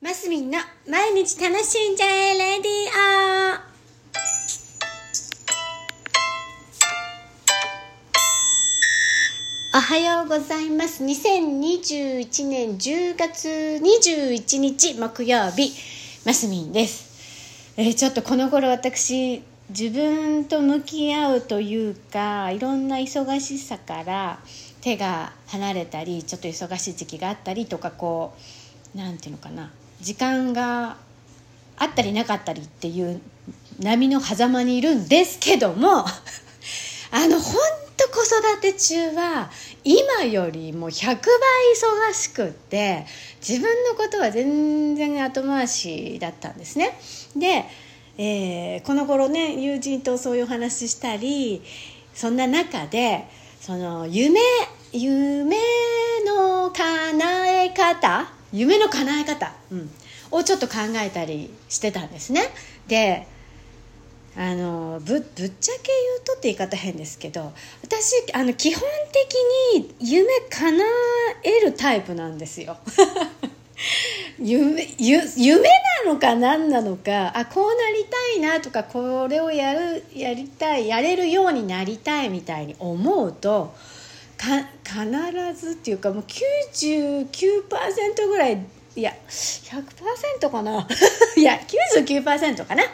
マスミンの毎日楽しんじゃえレディオ。おはようございます。2021年10月21日木曜日、マスミンです。ちょっとこの頃私自分と向き合うというか、いろんな忙しさから手が離れたり、ちょっと忙しい時期があったりとか、こうなんていうのかな、時間があったりなかったりっていう波の狭間にいるんですけども本当子育て中は今よりも100倍忙しくって、自分のことは全然後回しだったんですね。で、この頃ね、友人とそういうお話ししたり、そんな中でその夢の叶え方、をちょっと考えたりしてたんですね。で、ぶっちゃけ言うとって言い方変ですけど、私基本的に夢叶えるタイプなんですよ夢なのか何なのか、こうなりたいなとか、これをやりたい、やれるようになりたいみたいに思うと、必ずっていうか、もう 99% ぐらい、いや 100% かないや 99% かな、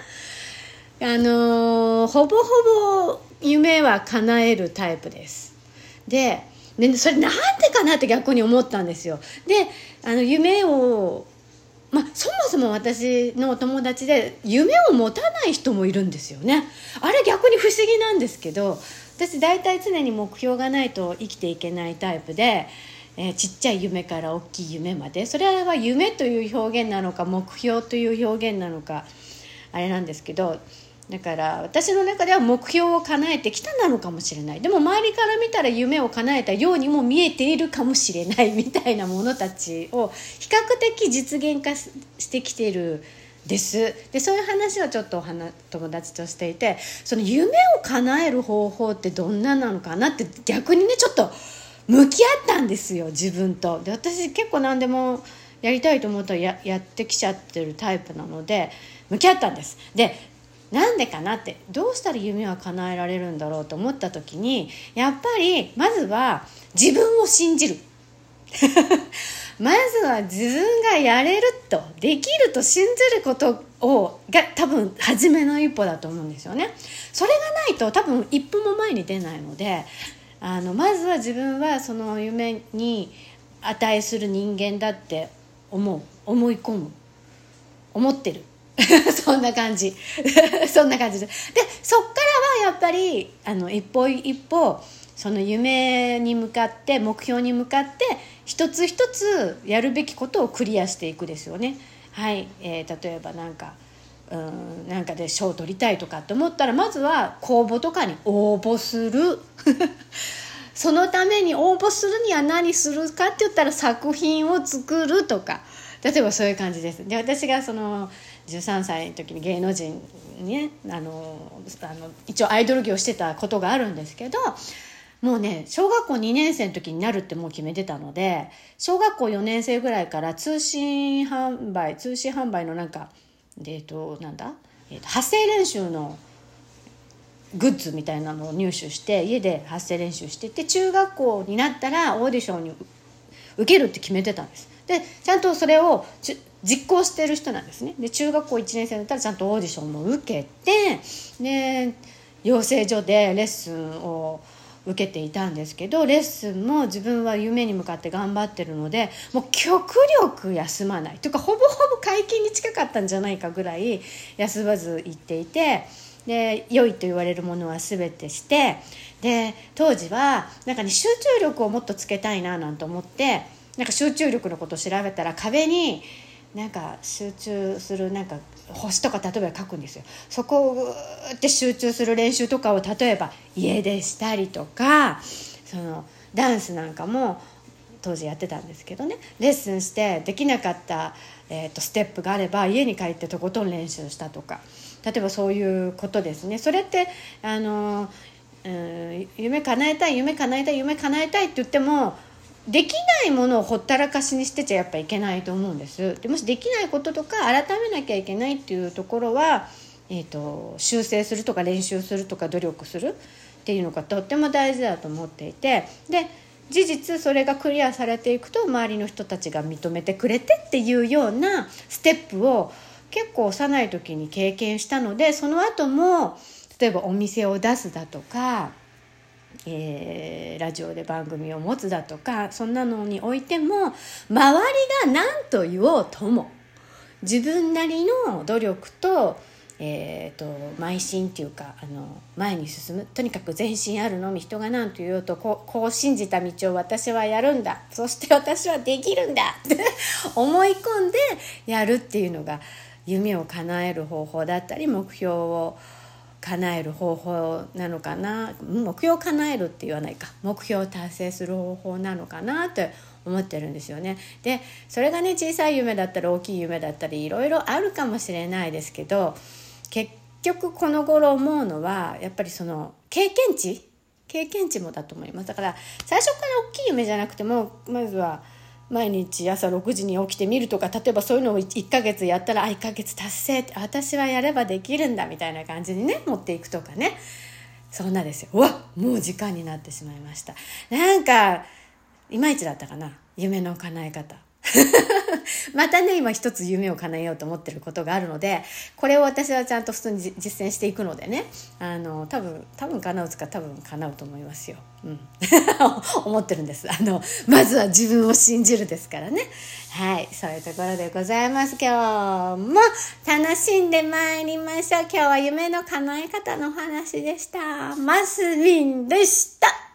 ほぼほぼ夢は叶えるタイプです。で、それなんでかなって逆に思ったんですよ。で、夢を、そもそも私のお友達で夢を持たない人もいるんですよね。あれ逆に不思議なんですけど、私大体常に目標がないと生きていけないタイプで、ちっちゃい夢から大きい夢まで、それは夢という表現なのか目標という表現なのかあれなんですけど、だから私の中では目標を叶えてきたなのかもしれない。でも周りから見たら夢を叶えたようにも見えているかもしれないみたいなものたちを比較的実現化してきているです。で、そういう話をちょっと友達としていて、その夢を叶える方法ってどんななのかなって逆にね、ちょっと向き合ったんですよ、自分と。で、私結構何でもやりたいと思ったら やってきちゃってるタイプなので向き合ったんです。で、なんでかなって、どうしたら夢は叶えられるんだろうと思った時に、やっぱりまずは自分を信じるまずは自分がやれると、できると信じることが多分初めの一歩だと思うんですよね。それがないと多分一歩も前に出ないので、まずは自分はその夢に値する人間だって思い込む、思ってるそんな感じそんな感じで、そっからはやっぱり一歩一歩その夢に向かって、目標に向かって一つ一つやるべきことをクリアしていくですよね。はい、例えばなんかで賞を取りたいとかって思ったら、まずは公募とかに応募するそのために応募するには何するかって言ったら、作品を作るとか、例えばそういう感じです。で、私がその13歳の時に芸能人にね、一応アイドル業してたことがあるんですけど、もうね、小学校2年生の時になるってもう決めてたので、小学校4年生ぐらいから通信販売のなんか発声練習のグッズみたいなのを入手して、家で発声練習してて、中学校になったらオーディションに受けるって決めてたんです。で、ちゃんとそれを実行してる人なんですね。で、中学校1年生だったらちゃんとオーディションも受けて、で、養成所でレッスンを受けていたんですけど、レッスンも自分は夢に向かって頑張ってるので、もう極力休まないというか、ほぼほぼ解禁に近かったんじゃないかぐらい休まず行っていて、で、良いと言われるものは全てして、で、当時はなんかね、集中力をもっとつけたいななんて思って、なんか集中力のことを調べたら、壁になんか集中するなんか星とか例えば書くんですよ。そこをグーって集中する練習とかを例えば家でしたりとか、そのダンスなんかも当時やってたんですけどね、レッスンしてできなかった、ステップがあれば家に帰ってとことん練習したとか、例えばそういうことですね。それって夢叶えたいって言っても、 できないものをほったらかしにしてちゃやっぱいけないと思うんです。でもしできないこととか改めなきゃいけないっていうところは、修正するとか練習するとか努力するっていうのがとっても大事だと思っていて、で事実それがクリアされていくと周りの人たちが認めてくれてっていうようなステップを結構幼い時に経験したので、その後も例えばお店を出すだとか、ラジオで番組を持つだとか、そんなのにおいても周りが何と言おうとも自分なりの努力と、邁進っていうか前に進む、とにかく前進あるのみ、人が何と言おうとこう信じた道を私はやるんだ、そして私はできるんだって思い込んでやるっていうのが夢を叶える方法だったり目標を叶える方法なのかな。目標を叶えるって言わないか、目標を達成する方法なのかなって思ってるんですよね。でそれがね、小さい夢だったり大きい夢だったりいろいろあるかもしれないですけど、結局この頃思うのはやっぱりその経験値もだと思います。だから最初から大きい夢じゃなくても、まずは毎日朝6時に起きてみるとか、例えばそういうのを1ヶ月やったら1ヶ月達成って、私はやればできるんだみたいな感じにね持っていくとかね、そんなですよ。うわ、もう時間になってしまいました。なんかいまいちだったかな、夢の叶え方またね今一つ夢を叶えようと思ってることがあるので、これを私はちゃんと普通に実践していくのでね、多分叶うつか多分叶うと思いますよ、思ってるんです。まずは自分を信じるですからね。はい、そういうところでございます。今日も楽しんでまいりましょう。今日は夢の叶え方のお話でした。マスミンでした。